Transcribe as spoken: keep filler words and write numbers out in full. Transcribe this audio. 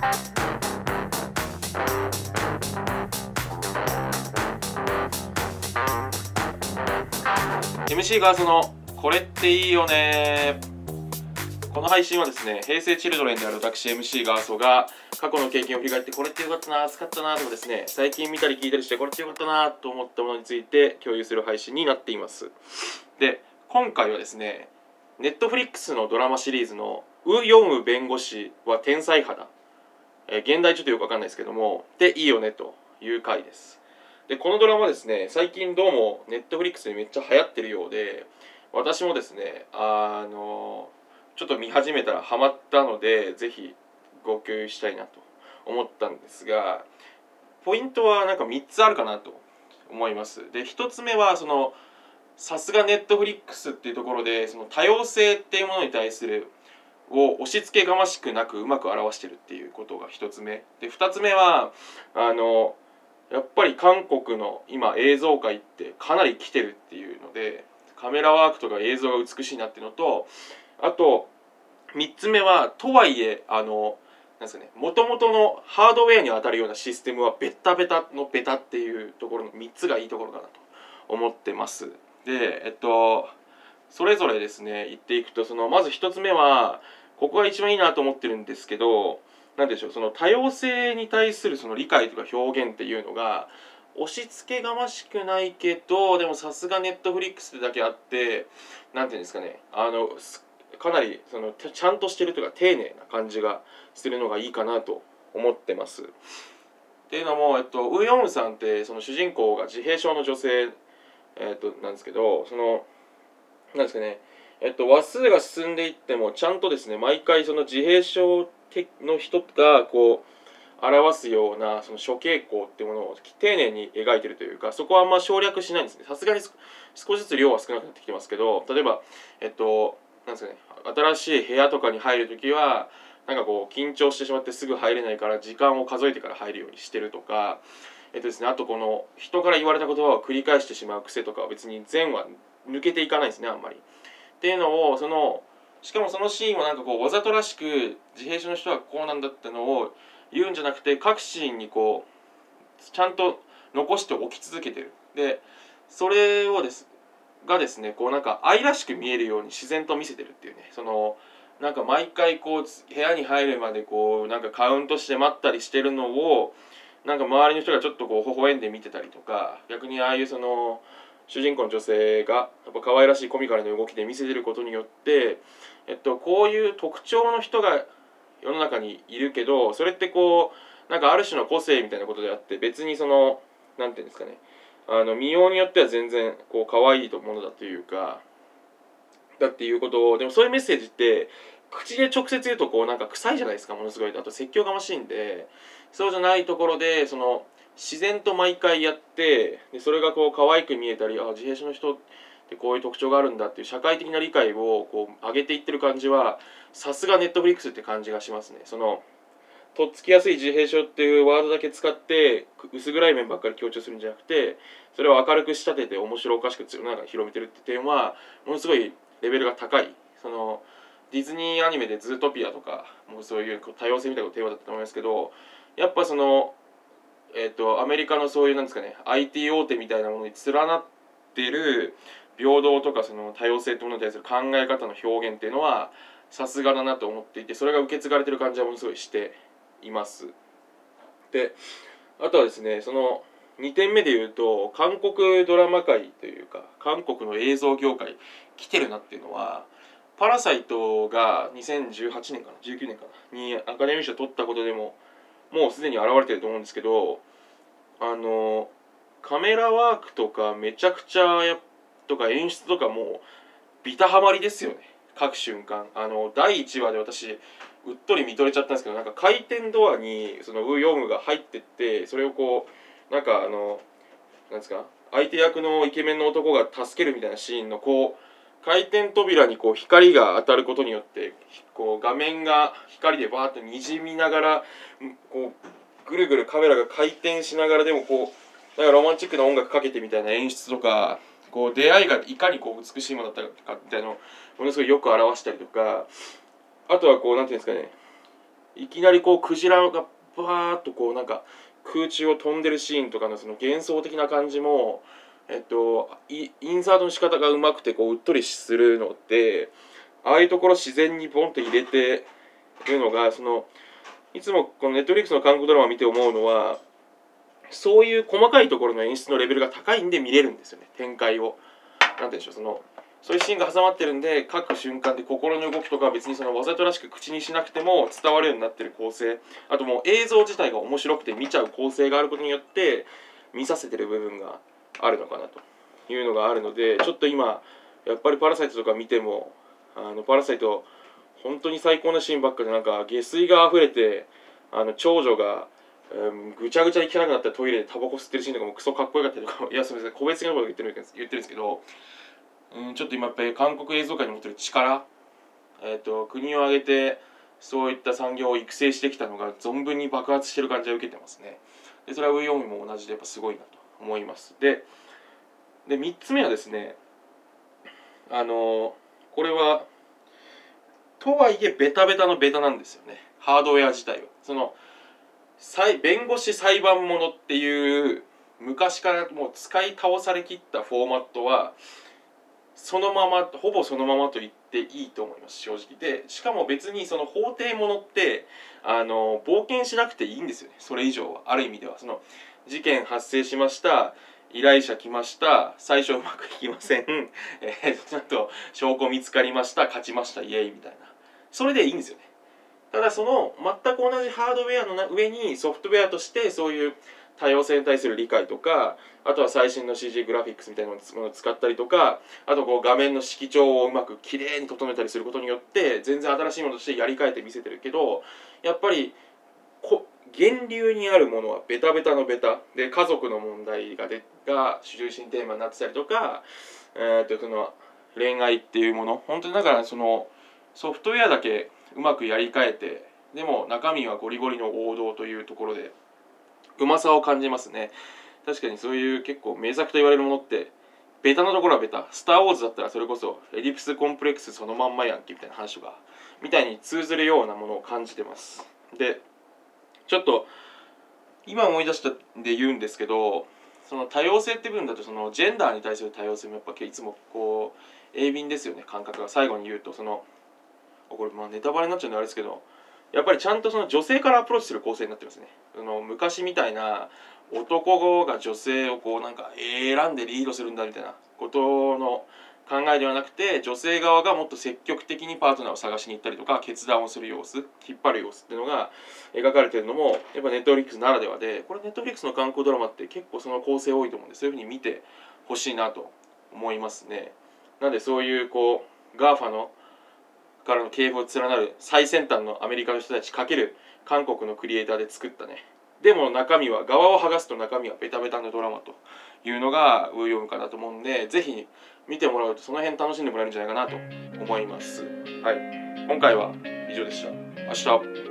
エムシー ガーズのこれっていいよね。この配信はですね、平成チルドレンである私 エムシー ガーソが過去の経験を振り返ってこれってよかったな、使ったなとかですね、最近見たり聞いたりしてこれってよかったなと思ったものについて共有する配信になっています。で、今回はですね、Netflix のドラマシリーズのウ・ヨンウ弁護士は天才派だ、えー、現代ちょっとよくわかんないですけども、でいいよねという回です。で、このドラマですね、最近どうも Netflix でめっちゃ流行ってるようで、私もですね、あのちょっと見始めたらハマったので、ぜひご共有したいなと思ったんですが、ポイントはなんかみっつあるかなと思います。で、ひとつめはそのさすがネットフリックスっていうところで、その多様性っていうものに対するを押し付けがましくなくうまく表してるっていうことがひとつめで、ふたつめはあのやっぱり韓国の今映像界ってかなり来てるっていうので、カメラワークとか映像が美しいなっていうのと、あとみっつめはとはいえあのなんですかね、元々のハードウェアに当たるようなシステムはベタベタのベタっていうところのみっつがいいところかなと思ってます。で、えっとそれぞれですね言っていくと、そのまずひとつめはここが一番いいなと思ってるんですけど、なんでしょう、その多様性に対するその理解とか表現っていうのが押し付けがましくないけど、でもさすがネットフリックスだけあって、なんていうんですかね、あのかなりそのちゃんとしてるというか丁寧な感じがするのがいいかなと思ってます。っていうのも、えっと、ウ・ヨンウさんってその主人公が自閉症の女性、えっと、なんですけど、そのなんですかね、えっと、話数が進んでいってもちゃんとですね、毎回その自閉症の人がこう表すようなその諸傾向っていうものを丁寧に描いてるというか、そこはあんま省略しないんですね。さすがに少しずつ量は少なくなってきてますけど、例えばえっとなんですかね、新しい部屋とかに入るときはなんかこう緊張してしまってすぐ入れないから時間を数えてから入るようにしてるとか、えっとですね、あとこの人から言われた言葉を繰り返してしまう癖とかは別に善は抜けていかないんですね、あんまり。っていうのをそのしかもそのシーンをなんかこうわざとらしく自閉症の人はこうなんだってのを言うんじゃなくて、各シーンにこうちゃんと残しておき続けてる。でそれをですがですね、こうなんか愛らしく見えるように自然と見せてるっていうね、そのなんか毎回こう部屋に入るまでこうなんかカウントして待ったりしてるのをなんか周りの人がちょっとこう微笑んで見てたりとか、逆にああいうその主人公の女性がやっぱ可愛らしいコミカルな動きで見せてることによって、えっと、こういう特徴の人が世の中にいるけど、それってこうなんかある種の個性みたいなことであって、別にそのなんていうんですかね、あの見ようによっては全然こう可愛いものだというかだっていうことを、でもそういうメッセージって口で直接言うとこうなんか臭いじゃないですか、ものすごい。あと説教がましいんで、そうじゃないところでその自然と毎回やって、でそれがこう可愛く見えたり、あ自閉症の人ってこういう特徴があるんだっていう社会的な理解をこう上げていってる感じは、さすがネットフリックスって感じがしますね。そのとっつきやすい自閉症っていうワードだけ使って薄暗い面ばっかり強調するんじゃなくて、それを明るく仕立てて面白おかしくなんか広めてるって点はものすごいレベルが高い。そのディズニーアニメでズートピアとかもうそういう多様性みたいなテーマだったと思いますけど、やっぱそのえっとアメリカのそういうなんですかね アイティー 大手みたいなものに連なってる平等とかその多様性というものに対する考え方の表現っていうのはさすがだなと思っていて、それが受け継がれてる感じはものすごいしています。で、あとはですね、そのにてんめで言うと、韓国ドラマ界というか韓国の映像業界来てるなっていうのは、パラサイトがにせんじゅうはちねんかなじゅうきゅうねんかなにアカデミー賞取ったことでももうすでに現れてると思うんですけど、あのカメラワークとかめちゃくちゃやとか演出とかもビタハマりですよね、各瞬間。あのだいいちわで私うっとり見とれちゃったんですけど、なんか回転ドアにそのウ・ヨンウが入ってって、それをこうなんかあのなんですか、相手役のイケメンの男が助けるみたいなシーンのこう回転扉にこう光が当たることによってこう画面が光でバーッとにじみながらこうぐるぐるカメラが回転しながら、でもこうなんかロマンチックな音楽かけてみたいな演出とか、こう出会いがいかにこう美しいものだったかみたいなのをものすごいよく表したりとか、あとはこうなんていうんですかね、 いきなりこうクジラがバーッとこうなんか空中を飛んでるシーンとかのその幻想的な感じも、えっと、インサートの仕方がうまくてこううっとりするので、ああいうところ自然にボンと入れてるのが、そのいつもこのネットフリックスの韓国ドラマを見て思うのは、そういう細かいところの演出のレベルが高いんで見れるんですよね、展開を。なんて言うんでしょう、そのそういうシーンが挟まってるんで、各瞬間で心の動きとか別にそのわざとらしく口にしなくても伝わるようになってる構成、あともう映像自体が面白くて見ちゃう構成があることによって見させてる部分があるのかなというのがあるので、ちょっと今やっぱりパラサイトとか見ても、あのパラサイト本当に最高なシーンばっかで、なんか下水が溢れて、あの長女が、うん、ぐちゃぐちゃに汚くなったトイレでタバコ吸ってるシーンとかもクソかっこよかったりとか、いやすみません個別的なこと言ってる言ってるんですけど、うん、ちょっと今やっぱり韓国映像界に持ってる力、えーと、国を挙げてそういった産業を育成してきたのが存分に爆発してる感じを受けてますね。でそれはウ・ヨンミも同じでやっぱすごいなと思います。ででみっつめはですね、あのこれはとはいえベタベタのベタなんですよね、ハードウェア自体は。その弁護士裁判ものっていう昔からもう使い倒されきったフォーマットはそのままほぼそのままと言っていいと思います、正直で。しかも別にその法廷ものってあの冒険しなくていいんですよね、それ以上は。ある意味ではその事件発生しました、依頼者来ました、最初うまくいきません、えー、ちゃんと証拠見つかりました、勝ちました、イエイみたいな、それでいいんですよね。ただその全く同じハードウェアの上にソフトウェアとしてそういう多様性に対する理解とか、あとは最新の シージー グラフィックスみたいなものを使ったりとか、あとこう画面の色調をうまくきれいに整えたりすることによって全然新しいものとしてやり替えて見せてるけど、やっぱりこ源流にあるものはベタベタのベタで、家族の問題がでが中心テーマになってたりとか、えー、とその恋愛っていうもの、本当にだからそのソフトウェアだけうまくやり替えて、でも中身はゴリゴリの王道というところでうまさを感じますね。確かにそういう結構名作と言われるものってベタなところはベタ。スター・ウォーズだったらそれこそエディプスコンプレックスそのまんまやんけみたいな話とかみたいに通ずるようなものを感じてます。でちょっと今思い出したんで言うんですけど、その多様性って部分だとそのジェンダーに対する多様性もやっぱいつもこう鋭敏ですよね、感覚が。最後に言うとそのこれまあネタバレになっちゃうんであれですけど、やっぱりちゃんとその女性からアプローチする構成になってますね。その昔みたいな男が女性をこうなんか選んでリードするんだみたいなことの考えではなくて、女性側がもっと積極的にパートナーを探しに行ったりとか決断をする様子、引っ張る様子っていうのが描かれてるのもやっぱネットフリックスならではで、これネットフリックスの韓国ドラマって結構その構成多いと思うんで、そういうふうに見てほしいなと思いますね。なんでそういうこう ガーファ のからの系譜を連なる最先端のアメリカの人たちかける韓国のクリエイターで作ったね、でも中身は側を剥がすと中身はベタベタのドラマというのがウーヨムかなと思うんで、ぜひ見てもらうとその辺楽しんでもらえるんじゃないかなと思います。はい、今回は以上でした。明日